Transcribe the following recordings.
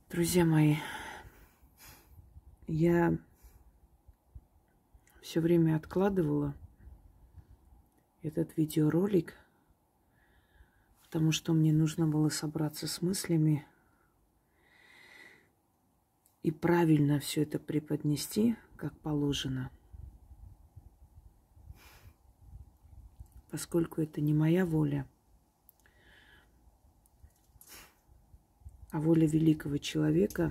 Друзья мои, я все время откладывала этот видеоролик, потому что мне нужно было собраться с мыслями и правильно все это преподнести, как положено. Поскольку это не моя воля, а воля великого человека,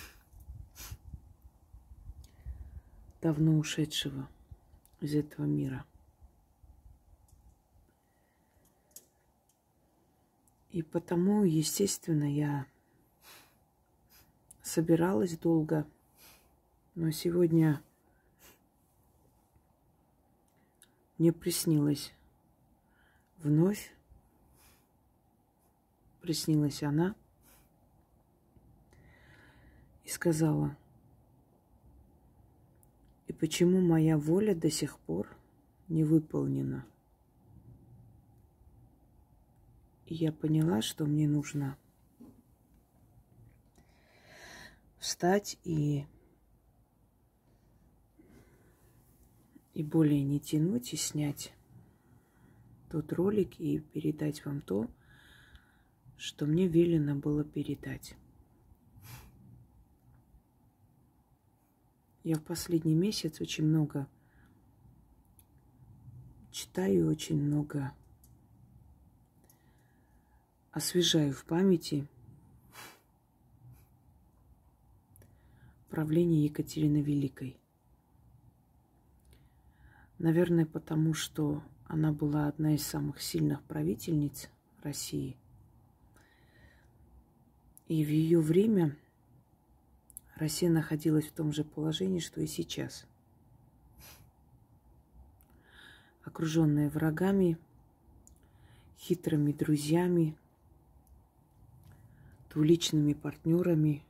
давно ушедшего из этого мира. И потому, естественно, я собиралась долго, но сегодня мне приснилась она и сказала: и почему моя воля до сих пор не выполнена? И я поняла, что мне нужно встать и более не тянуть, и снять тот ролик и передать вам то, что мне велено было передать. Я в последний месяц очень много читаю, очень много освежаю в памяти правление Екатерины Великой. Наверное, потому что она была одна из самых сильных правительниц России. И в ее время Россия находилась в том же положении, что и сейчас. Окруженная врагами, хитрыми друзьями, двуличными партнерами.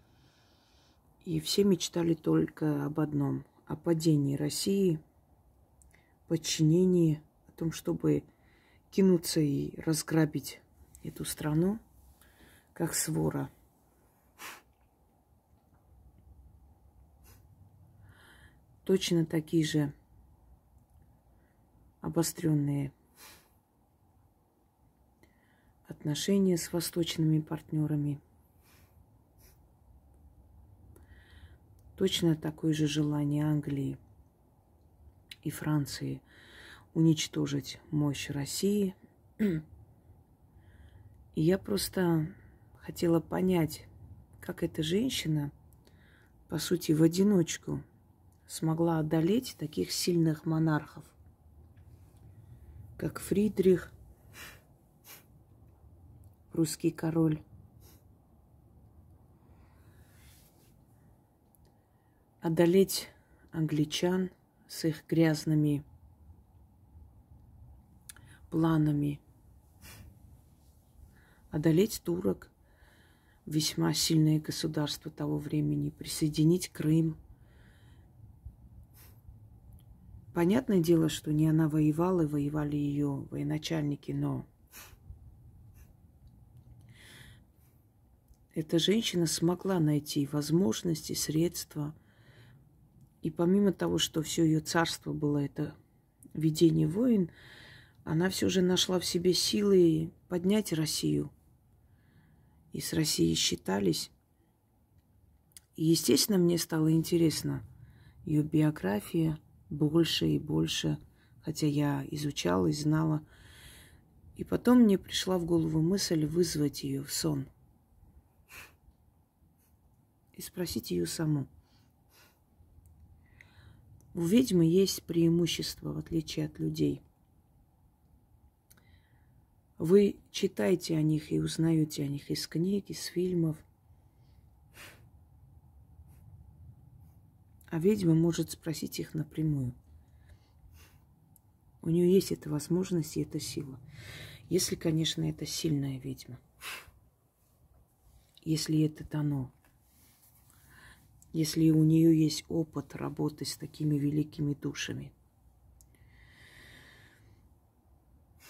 И все мечтали только об одном – о падении России, подчинении, о том, чтобы кинуться и разграбить эту страну, как свора. Точно такие же обостренные отношения с восточными партнерами. Точно такое же желание Англии и Франции уничтожить мощь России. И я просто хотела понять, как эта женщина, по сути, в одиночку смогла одолеть таких сильных монархов, как Фридрих, русский король, одолеть англичан с их грязными планами, одолеть турок, весьма сильное государство того времени, присоединить Крым. Понятное дело, что не она воевала, воевали ее военачальники, но эта женщина смогла найти возможности, средства. И помимо того, что все ее царство было это ведение войн, она все же нашла в себе силы поднять Россию. И с Россией считались. И, естественно, мне стало интересно ее биография больше и больше, хотя я изучала и знала. И потом мне пришла в голову мысль вызвать ее в сон и спросить ее саму. У ведьмы есть преимущество, в отличие от людей. Вы читаете о них и узнаете о них из книг, из фильмов. А ведьма может спросить их напрямую. У нее есть эта возможность и эта сила. Если, конечно, это сильная ведьма. Если это оно. Если у нее есть опыт работы с такими великими душами.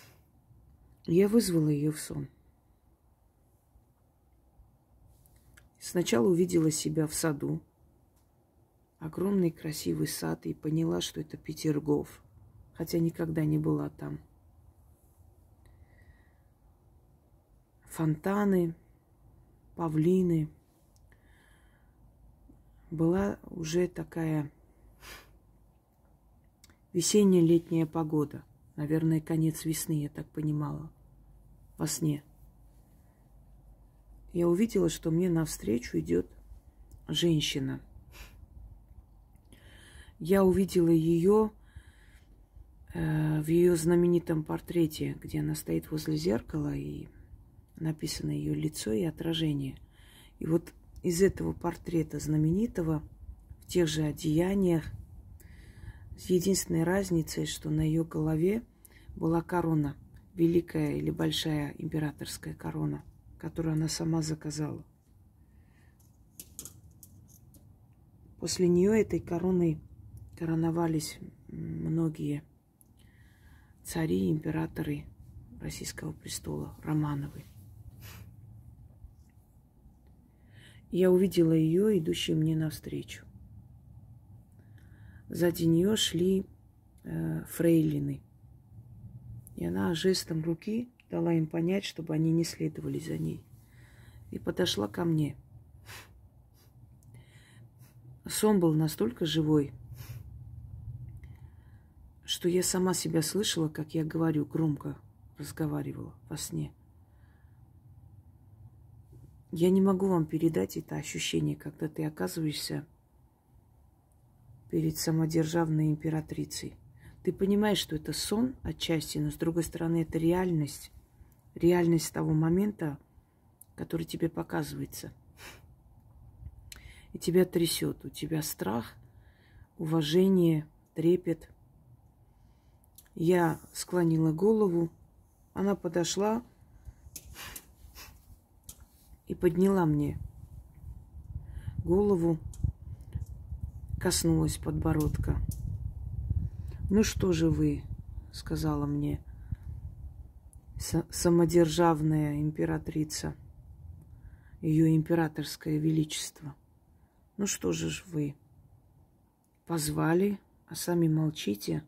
Я вызвала ее в сон. Сначала увидела себя в саду. Огромный красивый сад. И поняла, что это Петергоф. Хотя никогда не была там. Фонтаны, павлины. Была уже такая весенняя летняя погода. Наверное, конец весны, я так понимала. Во сне. Я увидела, что мне навстречу идет женщина. Я увидела ее в ее знаменитом портрете, где она стоит возле зеркала, и написано ее лицо и отражение. И вот из этого портрета знаменитого, в тех же одеяниях, с единственной разницей, что на ее голове была корона, великая или большая императорская корона, которую она сама заказала. После нее этой короной короновались многие цари, императоры российского престола, Романовы. Я увидела ее, идущей мне навстречу. Сзади нее шли фрейлины. И она жестом руки дала им понять, чтобы они не следовали за ней. И подошла ко мне. Сон был настолько живой, что я сама себя слышала, как я говорю, громко разговаривала во сне. Я не могу вам передать это ощущение, когда ты оказываешься перед самодержавной императрицей. Ты понимаешь, что это сон отчасти, но с другой стороны это реальность. Реальность того момента, который тебе показывается. И тебя трясет. У тебя страх, уважение, трепет. Я склонила голову. Она подошла и подняла мне голову, коснулась подбородка. «Ну что же вы», — сказала мне самодержавная императрица, ее императорское величество. «Ну что же вы, позвали, а сами молчите?»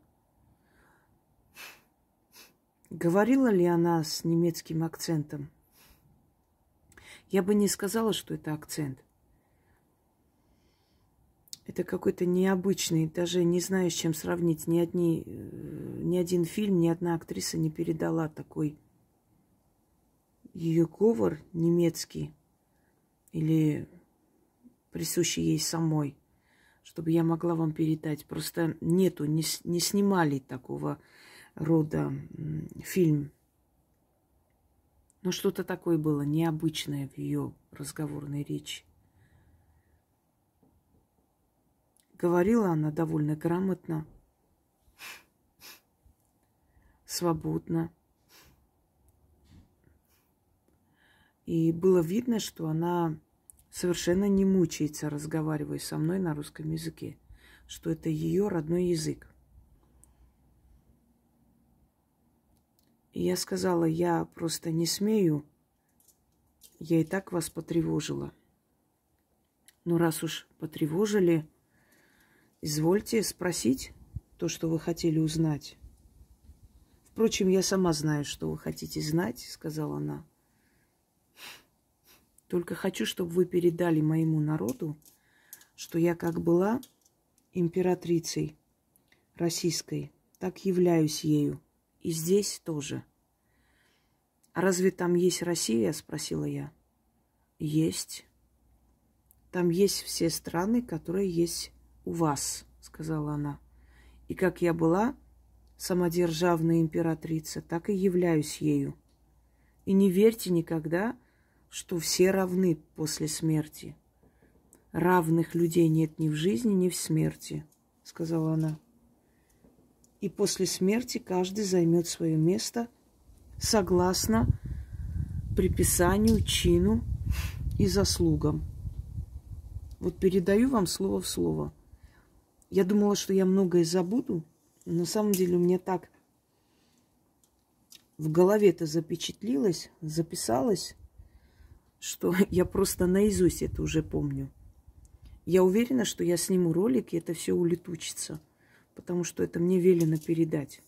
Говорила ли она с немецким акцентом? Я бы не сказала, что это акцент. Это какой-то необычный, даже не знаю, с чем сравнить. Ни один фильм, ни одна актриса не передала такой ее говор немецкий или присущий ей самой, чтобы я могла вам передать. Просто нету, не снимали такого рода фильм. Но что-то такое было необычное в ее разговорной речи. Говорила она довольно грамотно, свободно. И было видно, что она совершенно не мучается, разговаривая со мной на русском языке, что это ее родной язык. И я сказала, я просто не смею, я и так вас потревожила. Но раз уж потревожили, извольте спросить то, что вы хотели узнать. Впрочем, я сама знаю, что вы хотите знать, сказала она. Только хочу, чтобы вы передали моему народу, что я как была императрицей российской, так являюсь ею. И здесь тоже. А разве там есть Россия? Спросила я. Есть. Там есть все страны, которые есть у вас, сказала она. И как я была самодержавная императрица, так и являюсь ею. И не верьте никогда, что все равны после смерти. Равных людей нет ни в жизни, ни в смерти, сказала она. И после смерти каждый займет свое место согласно приписанию, чину и заслугам. Вот передаю вам слово в слово. Я думала, что я многое забуду, но на самом деле у меня так в голове это запечатлилось, записалось, что я просто наизусть это уже помню. Я уверена, что я сниму ролик, и это все улетучится, потому что это мне велено передать.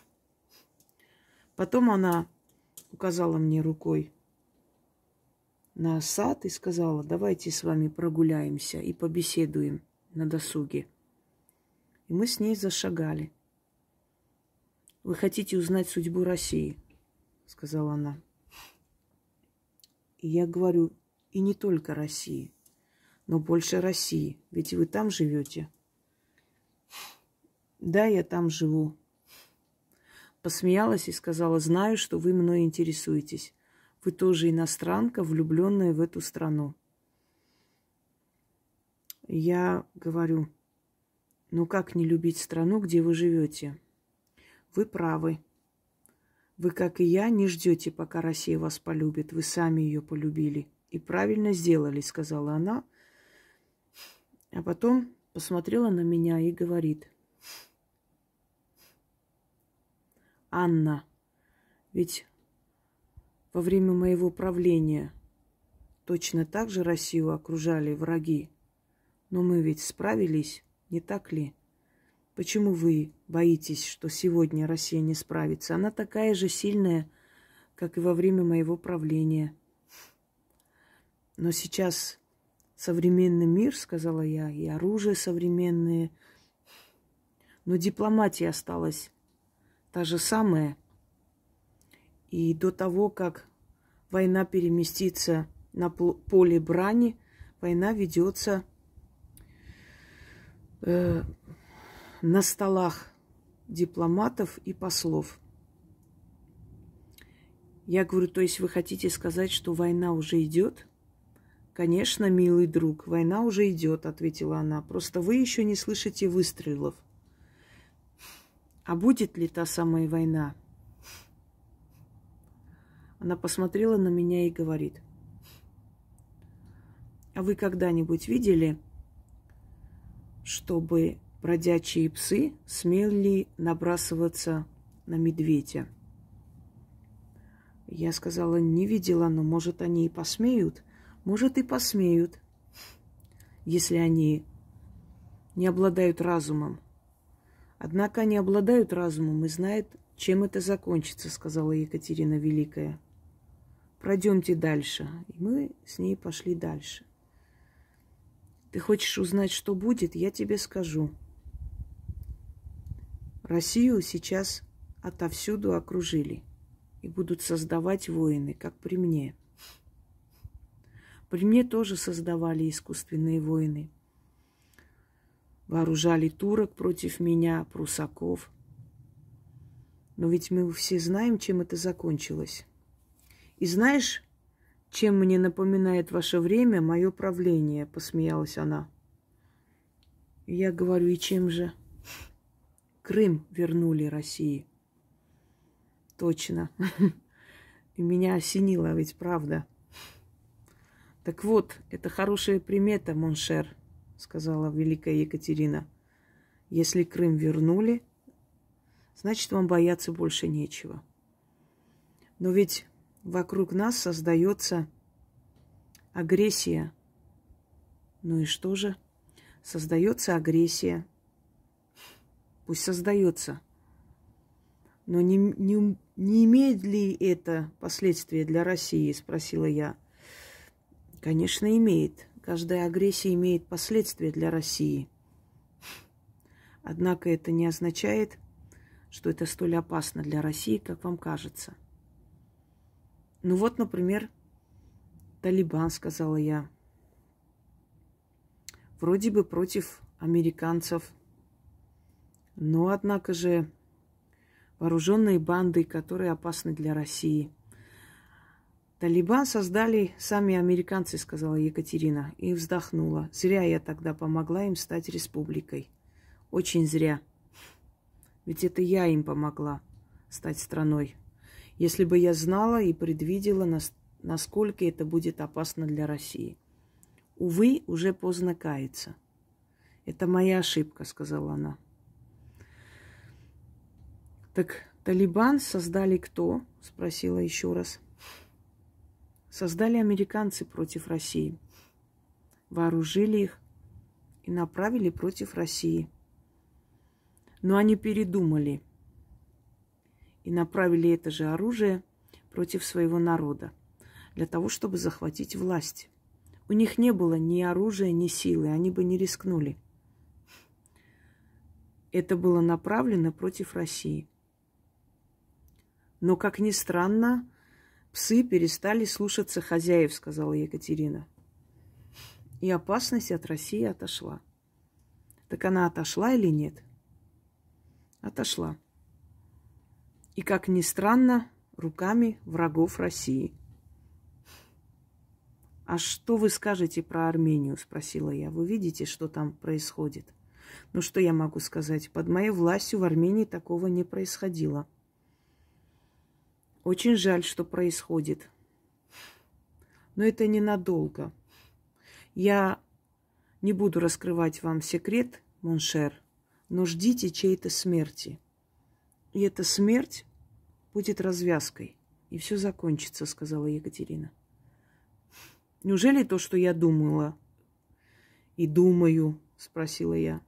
Потом она указала мне рукой на сад и сказала: давайте с вами прогуляемся и побеседуем на досуге. И мы с ней зашагали. Вы хотите узнать судьбу России, сказала она. И я говорю: и не только России, но больше России, ведь вы там живете. Да, я там живу. Посмеялась и сказала: знаю, что вы мной интересуетесь. Вы тоже иностранка, влюбленная в эту страну. Я говорю: ну как не любить страну, где вы живете? Вы правы. Вы, как и я, не ждете, пока Россия вас полюбит. Вы сами ее полюбили. И правильно сделали, сказала она. А потом посмотрела на меня и говорит: Анна, ведь во время моего правления точно так же Россию окружали враги. Но мы ведь справились, не так ли? Почему вы боитесь, что сегодня Россия не справится? Она такая же сильная, как и во время моего правления. Но сейчас современный мир, сказала я, и оружие современное, но дипломатия осталась та же самая. И до того, как война переместится на поле брани, война ведется на столах дипломатов и послов. Я говорю: то есть вы хотите сказать, что война уже идет? Конечно, милый друг, война уже идет, ответила она. Просто вы еще не слышите выстрелов. А будет ли та самая война? Она посмотрела на меня и говорит: а вы когда-нибудь видели, чтобы бродячие псы смели набрасываться на медведя? Я сказала: не видела, но может они и посмеют. Может и посмеют, если они не обладают разумом. Однако они обладают разумом и знают, чем это закончится, сказала Екатерина Великая. Пройдемте дальше. И мы с ней пошли дальше. Ты хочешь узнать, что будет? Я тебе скажу. Россию сейчас отовсюду окружили и будут создавать войны, как при мне. При мне тоже создавали искусственные войны. Вооружали турок против меня, прусаков. Но ведь мы все знаем, чем это закончилось. И знаешь, чем мне напоминает ваше время, мое правление, посмеялась она. И я говорю: и чем же? Крым вернули России. Точно. И меня осенило, ведь правда. Так вот, это хорошая примета, моншер, сказала великая Екатерина. Если Крым вернули, значит, вам бояться больше нечего. Но ведь вокруг нас создается агрессия. Ну и что же? Создается агрессия. Пусть создается. Но не имеет ли это последствия для России, спросила я. Конечно, имеет. Каждая агрессия имеет последствия для России. Однако это не означает, что это столь опасно для России, как вам кажется. Ну вот, например, Талибан, сказала я. Вроде бы против американцев. Но, однако же, вооруженные банды, которые опасны для России. Талибан создали сами американцы, сказала Екатерина, и вздохнула. Зря я тогда помогла им стать республикой. Очень зря. Ведь это я им помогла стать страной. Если бы я знала и предвидела, насколько это будет опасно для России. Увы, уже поздно каяться. Это моя ошибка, сказала она. Так Талибан создали кто? Спросила еще раз. создали американцы против России. Вооружили их и направили против России. Но они передумали и направили это же оружие против своего народа для того, чтобы захватить власть. У них не было ни оружия, ни силы, они бы не рискнули. Это было направлено против России. Но, как ни странно, псы перестали слушаться хозяев, сказала Екатерина. И опасность от России отошла. Так она отошла или нет? Отошла. И, как ни странно, руками врагов России. «А что вы скажете про Армению?» – спросила я. «Вы видите, что там происходит?» Ну, что я могу сказать? Под моей властью в Армении такого не происходило. Очень жаль, что происходит. Но это ненадолго. Я не буду раскрывать вам секрет, моншер, но ждите чьей-то смерти. И эта смерть будет развязкой. И все закончится, сказала Екатерина. Неужели то, что я думала и думаю, спросила я.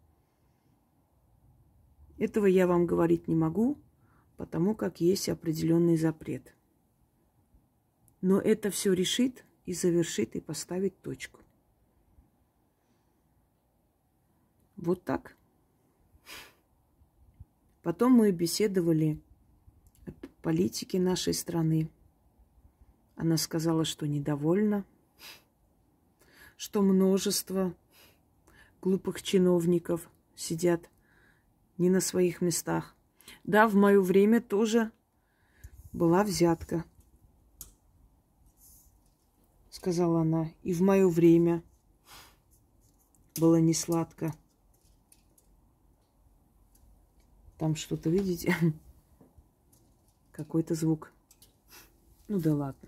Этого я вам говорить не могу, потому как есть определенный запрет. Но это все решит и завершит, и поставит точку. Вот так. Потом мы беседовали о политике нашей страны. Она сказала, что недовольна, что множество глупых чиновников сидят не на своих местах. Да, в мое время тоже была взятка, сказала она. И в мое время было несладко. Там что-то, видите? Какой-то звук. Ну да ладно.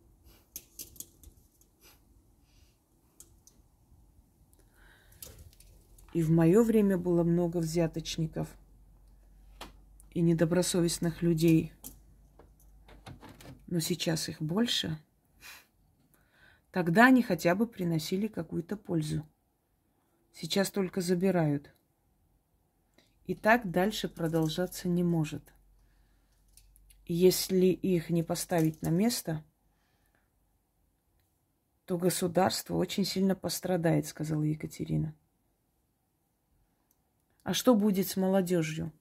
И в мое время было много взяточников и недобросовестных людей. Но сейчас их больше. Тогда они хотя бы приносили какую-то пользу. Сейчас только забирают. И так дальше продолжаться не может. И если их не поставить на место, то государство очень сильно пострадает, сказала Екатерина. А что будет с молодежью?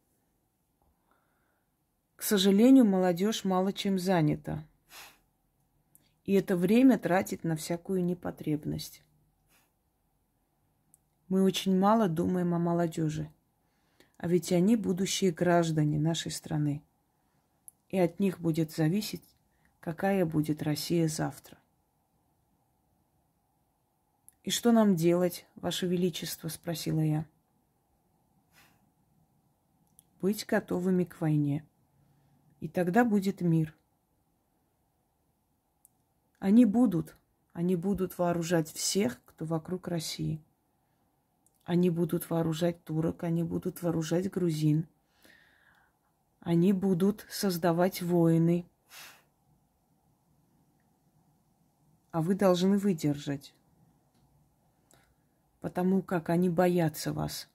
К сожалению, молодежь мало чем занята. И это время тратит на всякую непотребность. Мы очень мало думаем о молодежи. А ведь они будущие граждане нашей страны. И от них будет зависеть, какая будет Россия завтра. «И что нам делать, Ваше Величество?» – спросила я. «Быть готовыми к войне. И тогда будет мир. Они будут вооружать всех, кто вокруг России. Они будут вооружать турок, они будут вооружать грузин. Они будут создавать войны. А вы должны выдержать, потому как они боятся вас.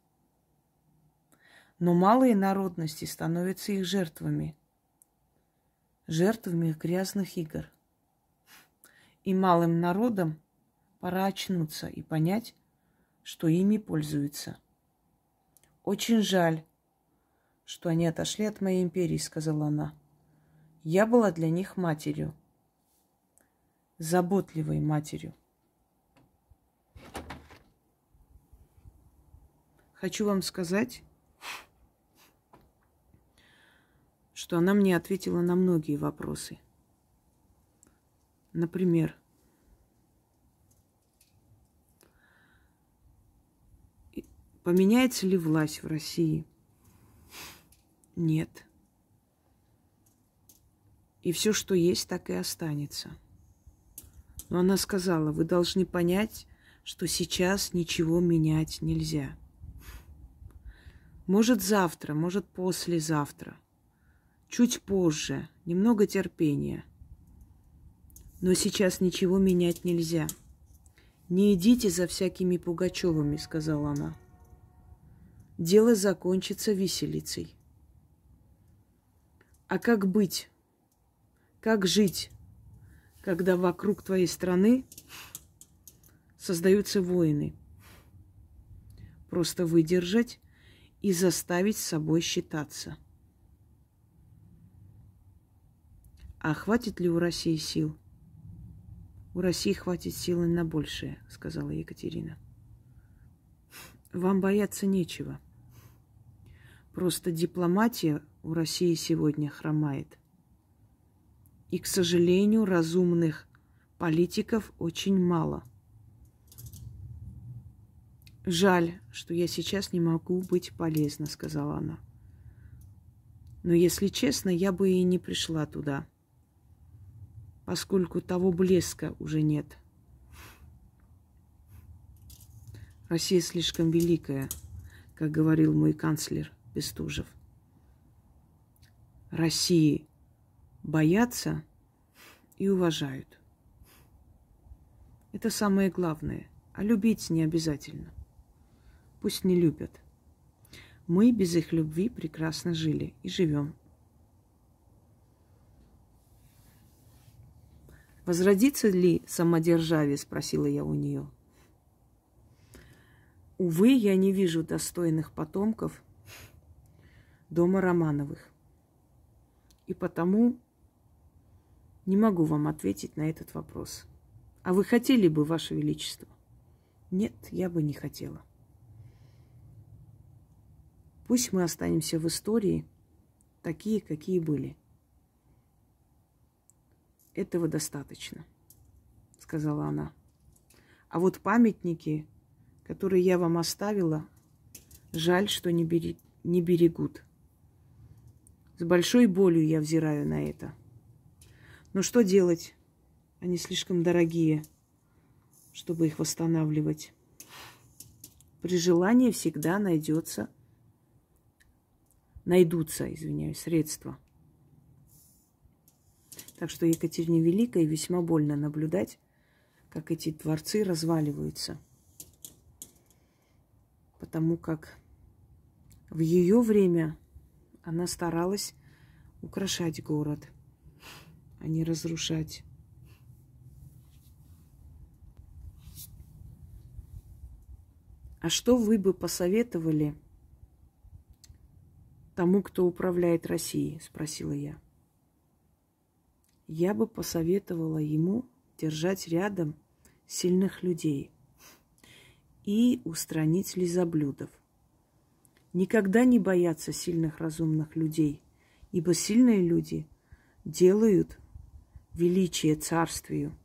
Но малые народности становятся их жертвами. Жертвами грязных игр. И малым народам пора очнуться и понять, что ими пользуются. Очень жаль, что они отошли от моей империи, сказала она. Я была для них матерью, заботливой матерью. Хочу вам сказать, что она мне ответила на многие вопросы. Например, поменяется ли власть в России? Нет. И все, что есть, так и останется. Но она сказала, вы должны понять, что сейчас ничего менять нельзя. Может, завтра, может, послезавтра. Чуть позже, немного терпения. Но сейчас ничего менять нельзя. Не идите за всякими Пугачевыми, сказала она. Дело закончится виселицей. А как быть? Как жить, когда вокруг твоей страны создаются войны? Просто выдержать и заставить с собой считаться. А хватит ли у России сил? У России хватит силы на большее, сказала Екатерина. Вам бояться нечего. Просто дипломатия у России сегодня хромает. И, к сожалению, разумных политиков очень мало. Жаль, что я сейчас не могу быть полезна, сказала она. Но, если честно, я бы и не пришла туда, поскольку того блеска уже нет. Россия слишком великая, как говорил мой канцлер Бестужев. России боятся и уважают. Это самое главное. А любить не обязательно. Пусть не любят. Мы без их любви прекрасно жили и живем. Возродится ли самодержавие, спросила я у нее. Увы, я не вижу достойных потомков дома Романовых. И потому не могу вам ответить на этот вопрос. А вы хотели бы, Ваше Величество? Нет, я бы не хотела. Пусть мы останемся в истории такие, какие были. Этого достаточно, сказала она. А вот памятники, которые я вам оставила, жаль, что не берегут. С большой болью я взираю на это. Но что делать? Они слишком дорогие, чтобы их восстанавливать. При желании всегда найдутся, средства. Так что Екатерине Великой весьма больно наблюдать, как эти дворцы разваливаются. Потому как в ее время она старалась украшать город, а не разрушать. А что вы бы посоветовали тому, кто управляет Россией? Спросила я. Я бы посоветовала ему держать рядом сильных людей и устранить лизоблюдов. Никогда не бояться сильных разумных людей, ибо сильные люди делают величие царствию.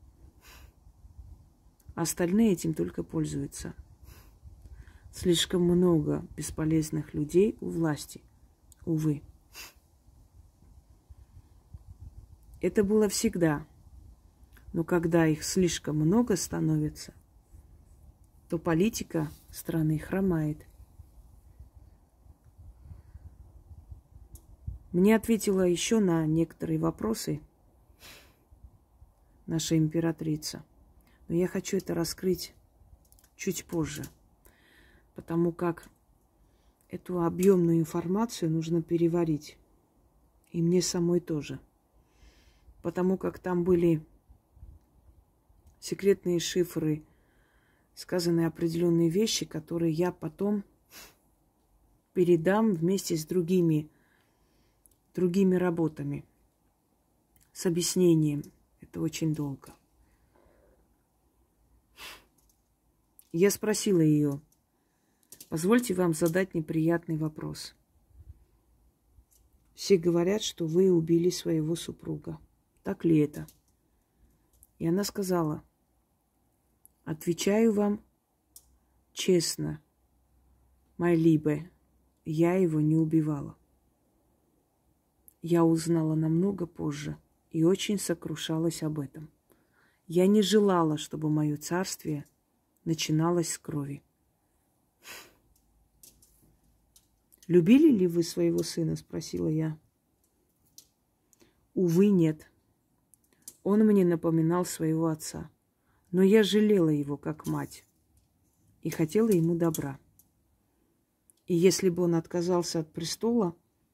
Остальные этим только пользуются. Слишком много бесполезных людей у власти, увы. Это было всегда. Но когда их слишком много становится, то политика страны хромает. Мне ответила еще на некоторые вопросы наша императрица. Но я хочу это раскрыть чуть позже, потому как эту объемную информацию нужно переварить. И мне самой тоже. Потому как там были секретные шифры, сказаны определенные вещи, которые я потом передам вместе с другими работами, с объяснением. Это очень долго. Я спросила ее: позвольте вам задать неприятный вопрос. Все говорят, что вы убили своего супруга. Так ли это? И она сказала: отвечаю вам честно, моя Либе, я его не убивала. Я узнала намного позже и очень сокрушалась об этом. Я не желала, чтобы мое царствие начиналось с крови. Любили ли вы своего сына? Спросила я. Увы, нет. Он мне напоминал своего отца. Но я жалела его как мать и хотела ему добра. И если бы он отказался от престола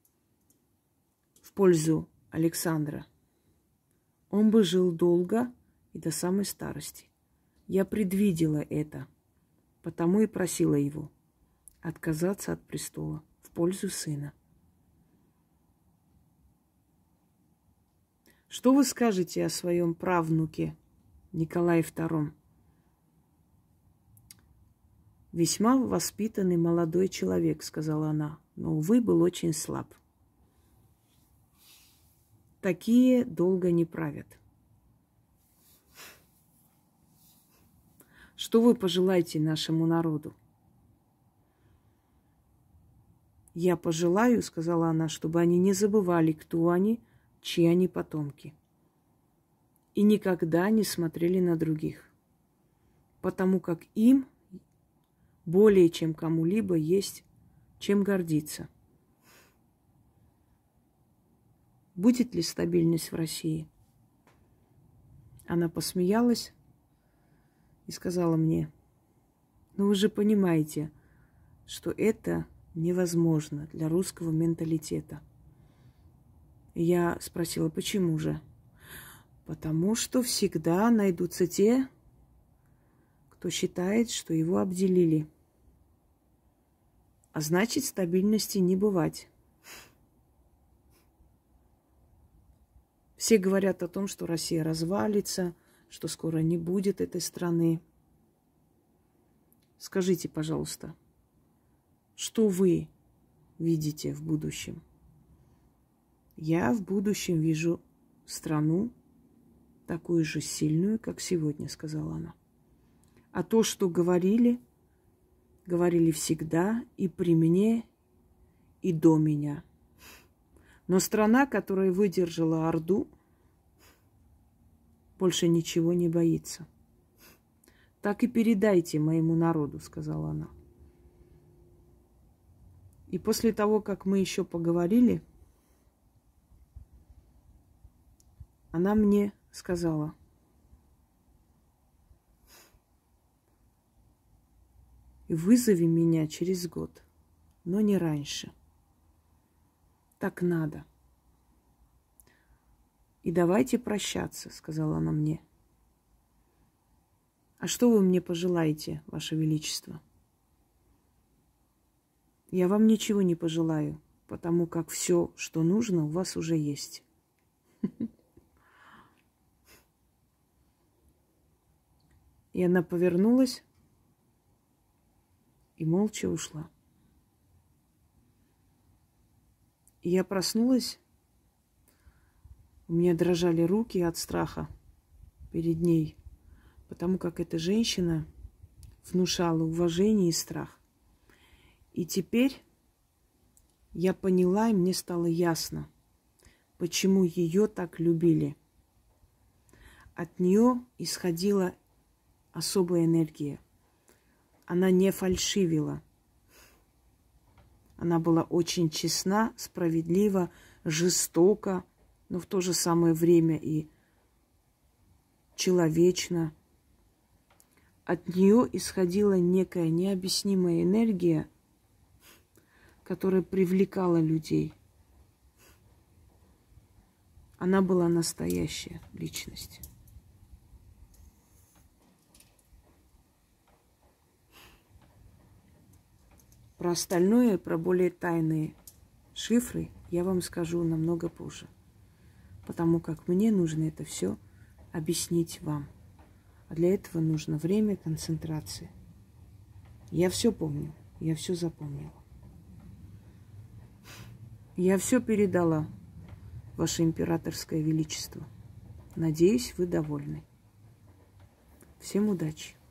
в пользу Александра, он бы жил долго и до самой старости. Я предвидела это, потому и просила его отказаться от престола в пользу сына. Что вы скажете о своем правнуке Николае II? Весьма воспитанный молодой человек, сказала она, но, увы, был очень слаб. Такие долго не правят. Что вы пожелаете нашему народу? Я пожелаю, сказала она, чтобы они не забывали, кто они, чьи они потомки. И никогда не смотрели на других. Потому как им более чем кому-либо есть чем гордиться. Будет ли стабильность в России? Она посмеялась и сказала мне: ну вы же понимаете, что это невозможно для русского менталитета. И я спросила, почему же? Потому что всегда найдутся те, кто считает, что его обделили. А значит, стабильности не бывать. Все говорят о том, что Россия развалится, что скоро не будет этой страны. Скажите, пожалуйста, что вы видите в будущем? Я в будущем вижу страну такую же сильную, как сегодня, сказала она. А то, что говорили всегда и при мне, и до меня. Но страна, которая выдержала Орду, больше ничего не боится. Так и передайте моему народу, сказала она. И после того, как мы еще поговорили, она мне сказала: вызови меня через год, но не раньше. Так надо. И давайте прощаться, сказала она мне. А что вы мне пожелаете, Ваше Величество? Я вам ничего не пожелаю, потому как все, что нужно, у вас уже есть. И она повернулась и молча ушла. И я проснулась, у меня дрожали руки от страха перед ней, потому как эта женщина внушала уважение и страх. И теперь я поняла, и мне стало ясно, почему ее так любили. От нее исходила особая энергия. Она не фальшивила. Она была очень честна, справедлива, жестока, но в то же самое время и человечна. От нее исходила некая необъяснимая энергия, которая привлекала людей. Она была настоящая личность. Про остальное, про более тайные шифры я вам скажу намного позже. Потому как мне нужно это все объяснить вам. А для этого нужно время, концентрация. Я все помню, я все запомнила. Я все передала, Ваше Императорское Величество. Надеюсь, вы довольны. Всем удачи!